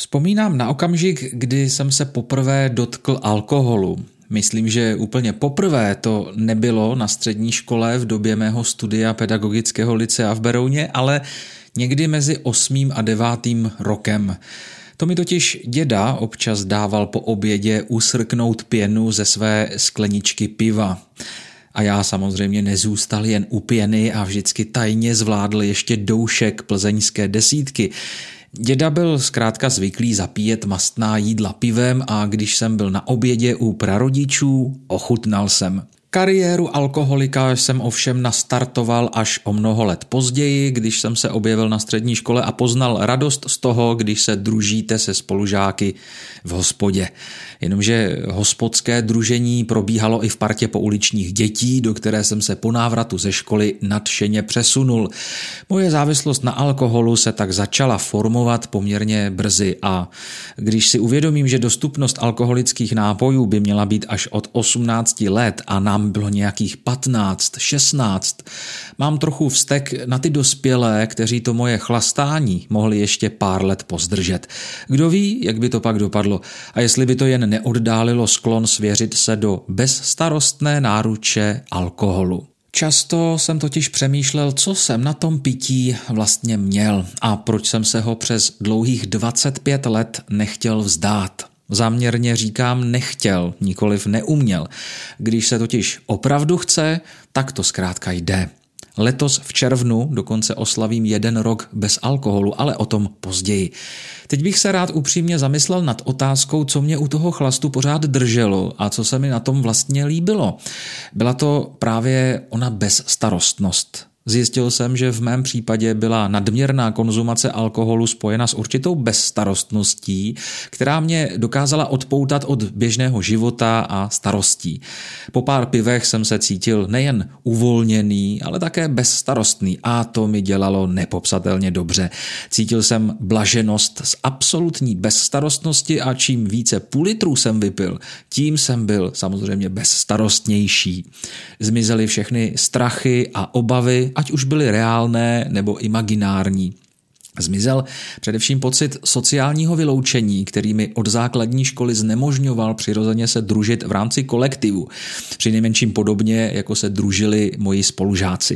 Vzpomínám na okamžik, kdy jsem se poprvé dotkl alkoholu. Myslím, že úplně poprvé to nebylo na střední škole v době mého studia pedagogického lycea v Berouně, ale někdy mezi 8. a 9. rokem. To mi totiž děda občas dával po obědě usrknout pěnu ze své skleničky piva. A já samozřejmě nezůstal jen u pěny a vždycky tajně zvládl ještě doušek plzeňské desítky. Děda byl zkrátka zvyklý zapíjet mastná jídla pivem a když jsem byl na obědě u prarodičů, ochutnal jsem. Kariéru alkoholika jsem ovšem nastartoval až o mnoho let později, když jsem se objevil na střední škole a poznal radost z toho, když se družíte se spolužáky v hospodě. Jenomže hospodské družení probíhalo i v partě pouličních dětí, do které jsem se po návratu ze školy nadšeně přesunul. Moje závislost na alkoholu se tak začala formovat poměrně brzy a když si uvědomím, že dostupnost alkoholických nápojů by měla být až od 18 let a nám bylo nějakých 15, 16, mám trochu vztek na ty dospělé, kteří to moje chlastání mohli ještě pár let pozdržet. Kdo ví, jak by to pak dopadlo a jestli by to jen neoddálilo sklon svěřit se do bezstarostné náruče alkoholu. Často jsem totiž přemýšlel, co jsem na tom pití vlastně měl a proč jsem se ho přes dlouhých 25 let nechtěl vzdát. Záměrně říkám nechtěl, nikoliv neuměl. Když se totiž opravdu chce, tak to zkrátka jde. Letos v červnu dokonce oslavím 1 rok bez alkoholu, ale o tom později. Teď bych se rád upřímně zamyslel nad otázkou, co mě u toho chlastu pořád drželo a co se mi na tom vlastně líbilo. Byla to právě ona bezstarostnost. Zjistil jsem, že v mém případě byla nadměrná konzumace alkoholu spojena s určitou bezstarostností, která mě dokázala odpoutat od běžného života a starostí. Po pár pivech jsem se cítil nejen uvolněný, ale také bezstarostný a to mi dělalo nepopsatelně dobře. Cítil jsem blaženost z absolutní bezstarostnosti a čím více půl litru jsem vypil, tím jsem byl samozřejmě bezstarostnější. Zmizely všechny strachy a obavy, ať už byly reálné nebo imaginární. Zmizel především pocit sociálního vyloučení, který mi od základní školy znemožňoval přirozeně se družit v rámci kolektivu. Přinejmenším podobně, jako se družili moji spolužáci.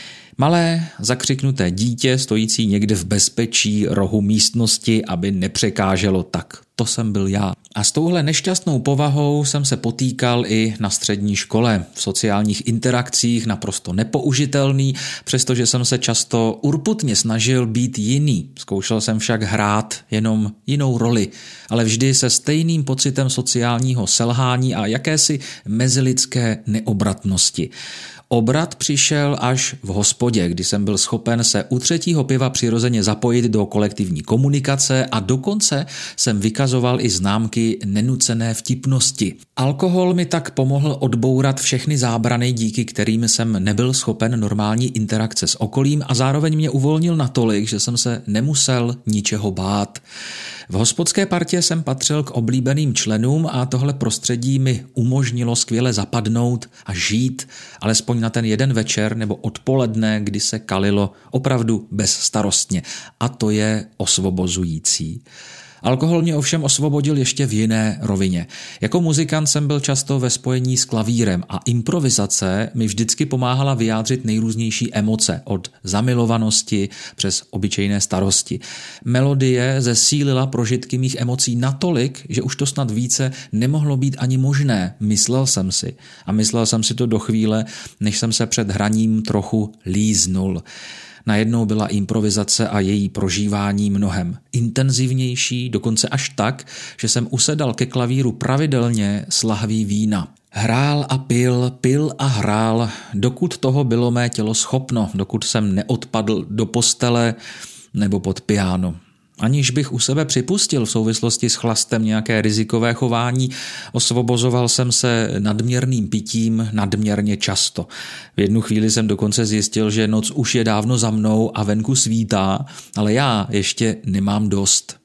Malé, zakřiknuté dítě, stojící někde v bezpečí rohu místnosti, aby nepřekáželo, tak to jsem byl já. A s touhle nešťastnou povahou jsem se potýkal i na střední škole. V sociálních interakcích naprosto nepoužitelný, přestože jsem se často urputně snažil být jiný. Zkoušel jsem však hrát jenom jinou roli, ale vždy se stejným pocitem sociálního selhání a jakési mezilidské neobratnosti. Obrat přišel až v hospodě, kdy jsem byl schopen se u 3. piva přirozeně zapojit do kolektivní komunikace a dokonce jsem vykazoval i známky nenucené vtipnosti. Alkohol mi tak pomohl odbourat všechny zábrany, díky kterým jsem nebyl schopen normální interakce s okolím a zároveň mě uvolnil natolik, že jsem se nemusel ničeho bát. V hospodské partě jsem patřil k oblíbeným členům a tohle prostředí mi umožnilo skvěle zapadnout a žít, alespoň na ten jeden večer nebo odpoledne, kdy se kalilo opravdu bezstarostně. A to je osvobozující. Alkohol mě ovšem osvobodil ještě v jiné rovině. Jako muzikant jsem byl často ve spojení s klavírem a improvizace mi vždycky pomáhala vyjádřit nejrůznější emoce, od zamilovanosti přes obyčejné starosti. Melodie zesílila prožitky mých emocí natolik, že už to snad více nemohlo být ani možné, myslel jsem si. A myslel jsem si to do chvíle, než jsem se před hraním trochu líznul. Najednou byla improvizace a její prožívání mnohem intenzivnější, dokonce až tak, že jsem usedal ke klavíru pravidelně s lahví vína. Hrál a pil a hrál, dokud toho bylo mé tělo schopno, dokud jsem neodpadl do postele nebo pod piano. Aniž bych u sebe připustil v souvislosti s chlastem nějaké rizikové chování, osvobozoval jsem se nadměrným pitím nadměrně často. V jednu chvíli jsem dokonce zjistil, že noc už je dávno za mnou a venku svítá, ale já ještě nemám dost.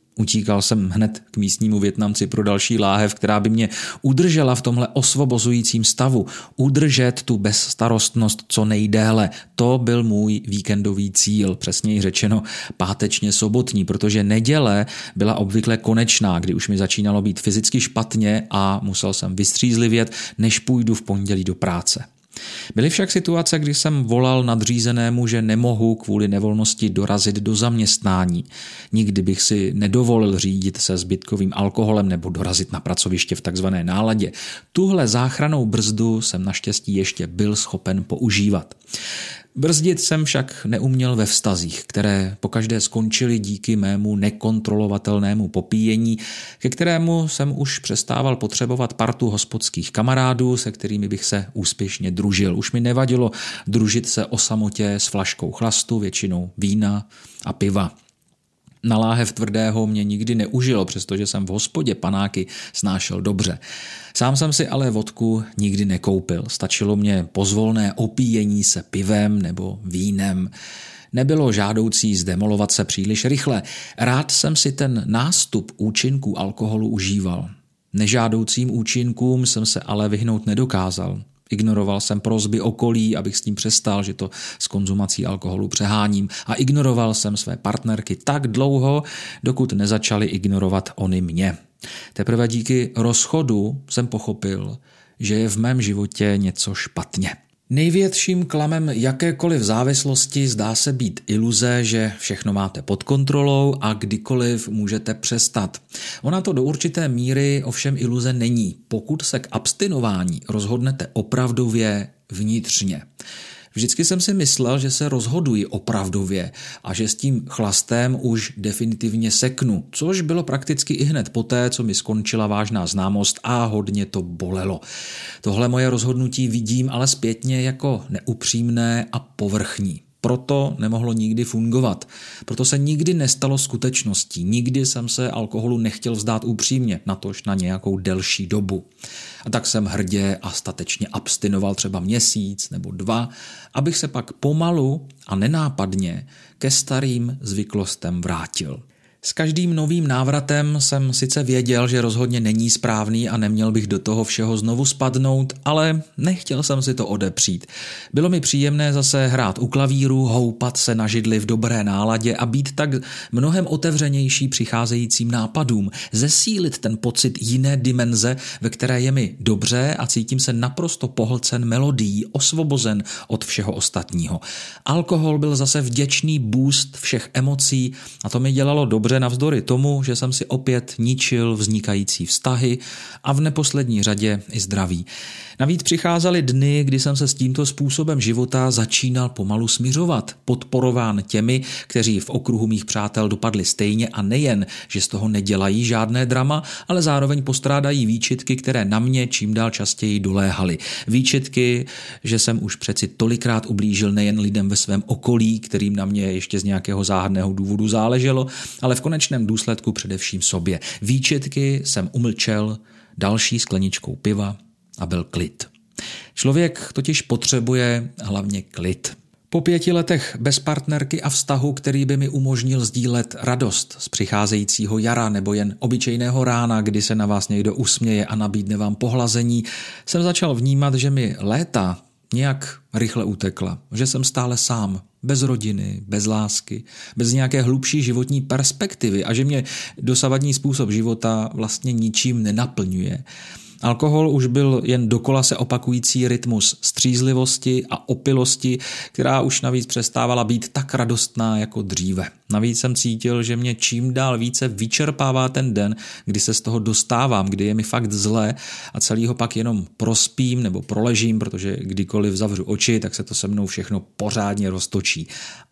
Utíkal jsem hned k místnímu Vietnamci pro další láhev, která by mě udržela v tomhle osvobozujícím stavu. Udržet tu bezstarostnost co nejdéle. To byl můj víkendový cíl, přesněji řečeno pátečně sobotní, protože neděle byla obvykle konečná, kdy už mi začínalo být fyzicky špatně a musel jsem vystřízlivět, než půjdu v pondělí do práce. Byly však situace, kdy jsem volal nadřízenému, že nemohu kvůli nevolnosti dorazit do zaměstnání. Nikdy bych si nedovolil řídit se zbytkovým alkoholem nebo dorazit na pracoviště v takzvané náladě. Tuhle záchrannou brzdu jsem naštěstí ještě byl schopen používat. Brzdit jsem však neuměl ve vztazích, které pokaždé skončily díky mému nekontrolovatelnému popíjení, ke kterému jsem už přestával potřebovat partu hospodských kamarádů, se kterými bych se úspěšně družil. Už mi nevadilo družit se o samotě s flaškou chlastu, většinou vína a piva. Na láhev tvrdého mě nikdy neužilo, přestože jsem v hospodě panáky snášel dobře. Sám jsem si ale vodku nikdy nekoupil. Stačilo mě pozvolné opíjení se pivem nebo vínem. Nebylo žádoucí zdemolovat se příliš rychle. Rád jsem si ten nástup účinků alkoholu užíval. Nežádoucím účinkům jsem se ale vyhnout nedokázal. Ignoroval jsem prosby okolí, abych s tím přestal, že to s konzumací alkoholu přeháním, a ignoroval jsem své partnerky tak dlouho, dokud nezačaly ignorovat oni mě. Teprve díky rozchodu jsem pochopil, že je v mém životě něco špatně. Největším klamem jakékoliv závislosti zdá se být iluze, že všechno máte pod kontrolou a kdykoliv můžete přestat. Ona to do určité míry ovšem iluze není, pokud se k abstinování rozhodnete opravdově vnitřně. Vždycky jsem si myslel, že se rozhoduji opravdově a že s tím chlastem už definitivně seknu, což bylo prakticky i hned poté, co mi skončila vážná známost a hodně to bolelo. Tohle moje rozhodnutí vidím ale zpětně jako neupřímné a povrchní. Proto nemohlo nikdy fungovat. Proto se nikdy nestalo skutečností. Nikdy jsem se alkoholu nechtěl vzdát upřímně, natož na nějakou delší dobu. A tak jsem hrdě a statečně abstinoval třeba měsíc nebo 2, abych se pak pomalu a nenápadně ke starým zvyklostem vrátil. S každým novým návratem jsem sice věděl, že rozhodně není správný a neměl bych do toho všeho znovu spadnout, ale nechtěl jsem si to odepřít. Bylo mi příjemné zase hrát u klavíru, houpat se na židli v dobré náladě a být tak mnohem otevřenější přicházejícím nápadům, zesílit ten pocit jiné dimenze, ve které je mi dobře a cítím se naprosto pohlcen melodií, osvobozen od všeho ostatního. Alkohol byl zase vděčný boost všech emocí a to mi dělalo dobře navzdory tomu, že jsem si opět ničil vznikající vztahy a v neposlední řadě i zdraví. Navíc přicházely dny, kdy jsem se s tímto způsobem života začínal pomalu smiřovat, podporován těmi, kteří v okruhu mých přátel dopadli stejně a nejen, že z toho nedělají žádné drama, ale zároveň postrádají výčitky, které na mě čím dál častěji doléhaly. Výčitky, že jsem už přeci tolikrát ublížil nejen lidem ve svém okolí, kterým na mě ještě z nějakého záhadného důvodu záleželo, ale v konečném důsledku především sobě. Výčitky jsem umlčel další skleničkou piva a byl klid. Člověk totiž potřebuje hlavně klid. Po 5 letech bez partnerky a vztahu, který by mi umožnil sdílet radost z přicházejícího jara nebo jen obyčejného rána, kdy se na vás někdo usměje a nabídne vám pohlazení, jsem začal vnímat, že mi léta nějak rychle utekla, že jsem stále sám, bez rodiny, bez lásky, bez nějaké hlubší životní perspektivy a že mě dosavadní způsob života vlastně ničím nenaplňuje. Alkohol už byl jen dokola se opakující rytmus střízlivosti a opilosti, která už navíc přestávala být tak radostná jako dříve. Navíc jsem cítil, že mě čím dál více vyčerpává ten den, kdy se z toho dostávám, kdy je mi fakt zle a celý ho pak jenom prospím nebo proležím, protože kdykoliv zavřu oči, tak se to se mnou všechno pořádně roztočí.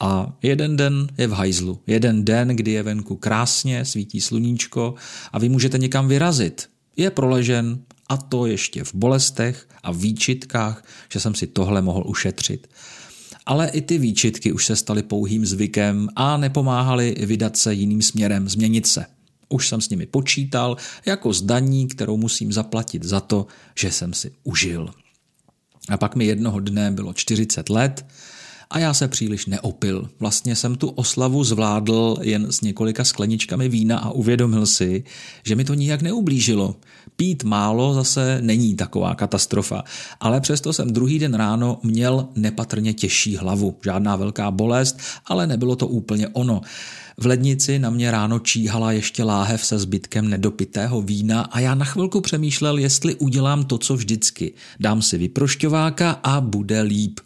A jeden den je v hajzlu. Jeden den, kdy je venku krásně, svítí sluníčko a vy můžete někam vyrazit. Je proležen a to ještě v bolestech a výčitkách, že jsem si tohle mohl ušetřit. Ale i ty výčitky už se staly pouhým zvykem a nepomáhaly vydat se jiným směrem, změnit se. Už jsem s nimi počítal jako s daní, kterou musím zaplatit za to, že jsem si užil. A pak mi jednoho dne bylo 40 let a já se příliš neopil. Vlastně jsem tu oslavu zvládl jen s několika skleničkami vína a uvědomil si, že mi to nijak neublížilo. Pít málo zase není taková katastrofa, ale přesto jsem druhý den ráno měl nepatrně těžší hlavu. Žádná velká bolest, ale nebylo to úplně ono. V lednici na mě ráno číhala ještě láhev se zbytkem nedopitého vína a já na chvilku přemýšlel, jestli udělám to, co vždycky. Dám si vyprošťováka a bude líp.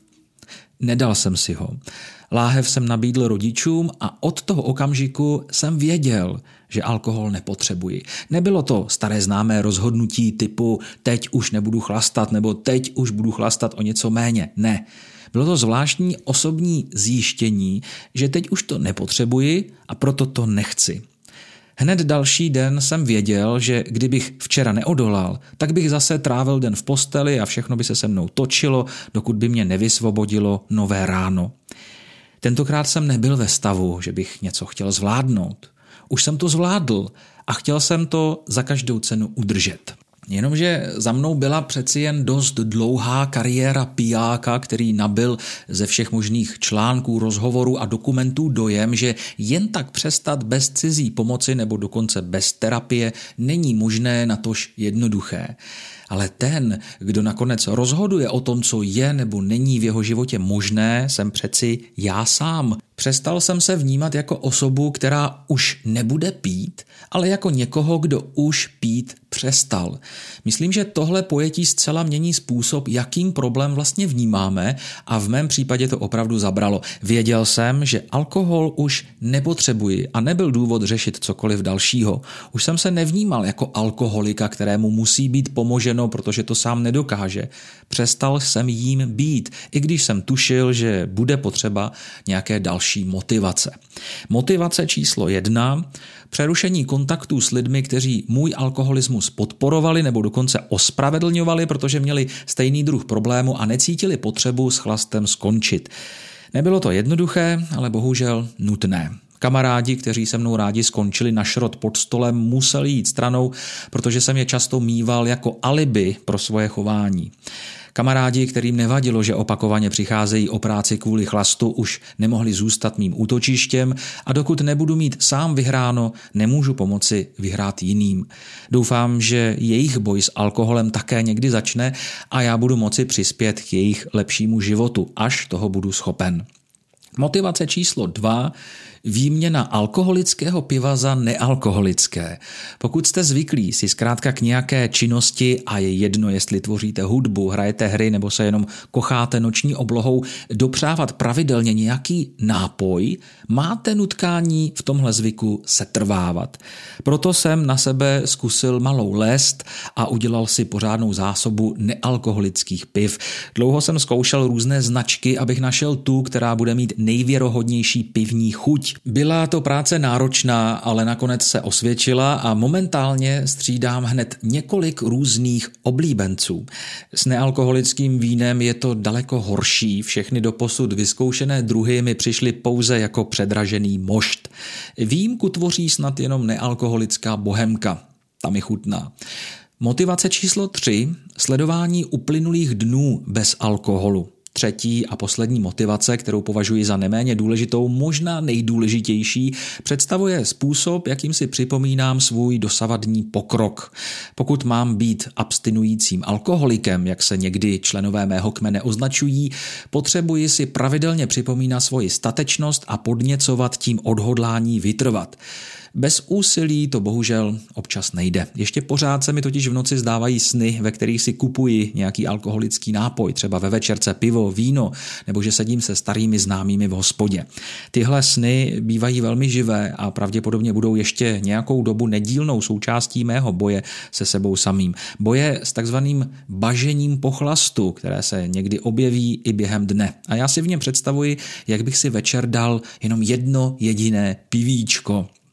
Nedal jsem si ho. Láhev jsem nabídl rodičům a od toho okamžiku jsem věděl, že alkohol nepotřebuji. Nebylo to staré známé rozhodnutí typu teď už nebudu chlastat nebo teď už budu chlastat o něco méně. Ne. Bylo to zvláštní osobní zjištění, že teď už to nepotřebuji a proto to nechci. Hned další den jsem věděl, že kdybych včera neodolal, tak bych zase trávil den v posteli a všechno by se mnou točilo, dokud by mě nevysvobodilo nové ráno. Tentokrát jsem nebyl ve stavu, že bych něco chtěl zvládnout. Už jsem to zvládl a chtěl jsem to za každou cenu udržet. Jenomže za mnou byla přeci jen dost dlouhá kariéra pijáka, který nabyl ze všech možných článků, rozhovorů a dokumentů dojem, že jen tak přestat bez cizí pomoci nebo dokonce bez terapie není možné, natož jednoduché. Ale ten, kdo nakonec rozhoduje o tom, co je nebo není v jeho životě možné, jsem přeci já sám. Přestal jsem se vnímat jako osobu, která už nebude pít, ale jako někoho, kdo už pít přestal. Myslím, že tohle pojetí zcela mění způsob, jakým problém vlastně vnímáme a v mém případě to opravdu zabralo. Věděl jsem, že alkohol už nepotřebuji a nebyl důvod řešit cokoliv dalšího. Už jsem se nevnímal jako alkoholika, kterému musí být pomoženo, protože to sám nedokáže. Přestal jsem jím být, i když jsem tušil, že bude potřeba nějaké další motivace. Motivace číslo 1, přerušení kontaktů s lidmi, kteří můj alkoholismus podporovali nebo dokonce ospravedlňovali, protože měli stejný druh problému a necítili potřebu s chlastem skončit. Nebylo to jednoduché, ale bohužel nutné. Kamarádi, kteří se mnou rádi skončili na šrot pod stolem, museli jít stranou, protože jsem je často míval jako alibi pro svoje chování. Kamarádi, kterým nevadilo, že opakovaně přicházejí o práci kvůli chlastu, už nemohli zůstat mým útočištěm a dokud nebudu mít sám vyhráno, nemůžu pomoci vyhrát jiným. Doufám, že jejich boj s alkoholem také někdy začne a já budu moci přispět k jejich lepšímu životu, až toho budu schopen. Motivace číslo 2, výměna alkoholického piva za nealkoholické. Pokud jste zvyklí si zkrátka k nějaké činnosti, a je jedno, jestli tvoříte hudbu, hrajete hry nebo se jenom kocháte noční oblohou, dopřávat pravidelně nějaký nápoj, máte nutkání v tomhle zvyku setrvávat. Proto jsem na sebe zkusil malou lest a udělal si pořádnou zásobu nealkoholických piv. Dlouho jsem zkoušel různé značky, abych našel tu, která bude mít nejvěrohodnější pivní chuť. Byla to práce náročná, ale nakonec se osvědčila a momentálně střídám hned několik různých oblíbenců. S nealkoholickým vínem je to daleko horší, všechny doposud vyzkoušené druhy mi přišly pouze jako předražený mošt. Výjimku tvoří snad jenom nealkoholická bohemka, ta mi chutná. Motivace číslo 3, sledování uplynulých dnů bez alkoholu. Třetí a poslední motivace, kterou považuji za neméně důležitou, možná nejdůležitější, představuje způsob, jakým si připomínám svůj dosavadní pokrok. Pokud mám být abstinujícím alkoholikem, jak se někdy členové mého kmene označují, potřebuji si pravidelně připomínat svoji statečnost a podněcovat tím odhodlání vytrvat. Bez úsilí to bohužel občas nejde. Ještě pořád se mi totiž v noci zdávají sny, ve kterých si kupuji nějaký alkoholický nápoj, třeba ve večerce pivo, víno, nebo že sedím se starými známými v hospodě. Tyhle sny bývají velmi živé a pravděpodobně budou ještě nějakou dobu nedílnou součástí mého boje se sebou samým. Boje s takzvaným bažením po chlastu, které se někdy objeví i během dne. A já si v něm představuji, jak bych si večer dal jenom jedno jediné pivíčko.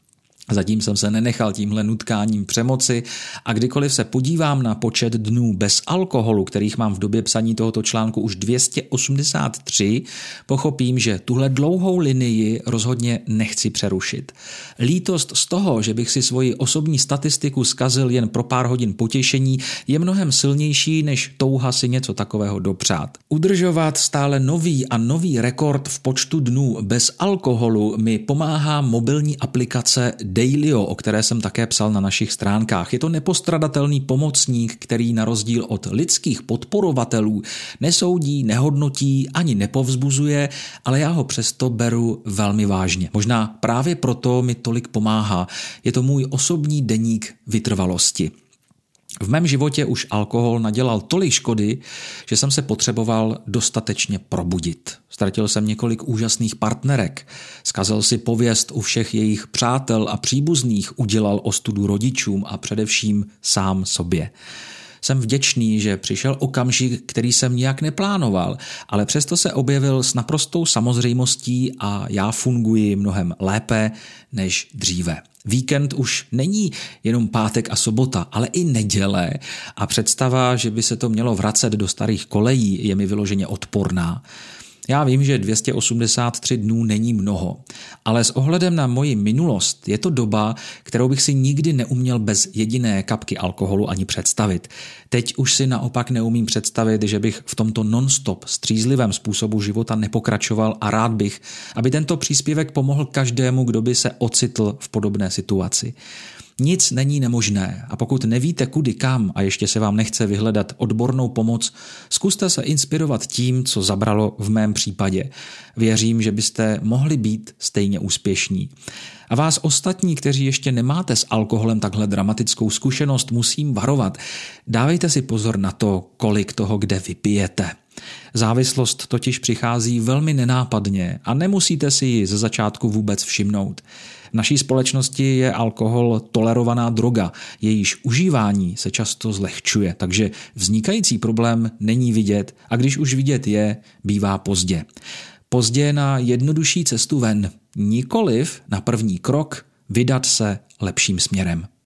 Zatím jsem se nenechal tímhle nutkáním přemoci a kdykoliv se podívám na počet dnů bez alkoholu, kterých mám v době psaní tohoto článku už 283, pochopím, že tuhle dlouhou linii rozhodně nechci přerušit. Lítost z toho, že bych si svoji osobní statistiku zkazil jen pro pár hodin potěšení, je mnohem silnější než touha si něco takového dopřát. Udržovat stále nový a nový rekord v počtu dnů bez alkoholu mi pomáhá mobilní aplikace Dailyo, o které jsem také psal na našich stránkách. Je to nepostradatelný pomocník, který na rozdíl od lidských podporovatelů nesoudí, nehodnotí ani nepovzbuzuje, ale já ho přesto beru velmi vážně. Možná právě proto mi tolik pomáhá. Je to můj osobní deník vytrvalosti. V mém životě už alkohol nadělal tolik škody, že jsem se potřeboval dostatečně probudit. Ztratil jsem několik úžasných partnerek, zkazil si pověst u všech jejich přátel a příbuzných, udělal ostudu rodičům a především sám sobě. Jsem vděčný, že přišel okamžik, který jsem nijak neplánoval, ale přesto se objevil s naprostou samozřejmostí a já funguji mnohem lépe než dříve. Víkend už není jenom pátek a sobota, ale i neděle a představa, že by se to mělo vracet do starých kolejí, je mi vyloženě odporná. Já vím, že 283 dnů není mnoho, ale s ohledem na moji minulost je to doba, kterou bych si nikdy neuměl bez jediné kapky alkoholu ani představit. Teď už si naopak neumím představit, že bych v tomto non-stop střízlivém způsobu života nepokračoval a rád bych, aby tento příspěvek pomohl každému, kdo by se ocitl v podobné situaci. Nic není nemožné a pokud nevíte kudy kam a ještě se vám nechce vyhledat odbornou pomoc, zkuste se inspirovat tím, co zabralo v mém případě. Věřím, že byste mohli být stejně úspěšní. A vás ostatní, kteří ještě nemáte s alkoholem takhle dramatickou zkušenost, musím varovat. Dávejte si pozor na to, kolik toho kde vypijete. Závislost totiž přichází velmi nenápadně a nemusíte si ji ze začátku vůbec všimnout. V naší společnosti je alkohol tolerovaná droga, jejíž užívání se často zlehčuje, takže vznikající problém není vidět a když už vidět je, bývá pozdě. Pozdě na jednodušší cestu ven, nikoliv na první krok vydat se lepším směrem.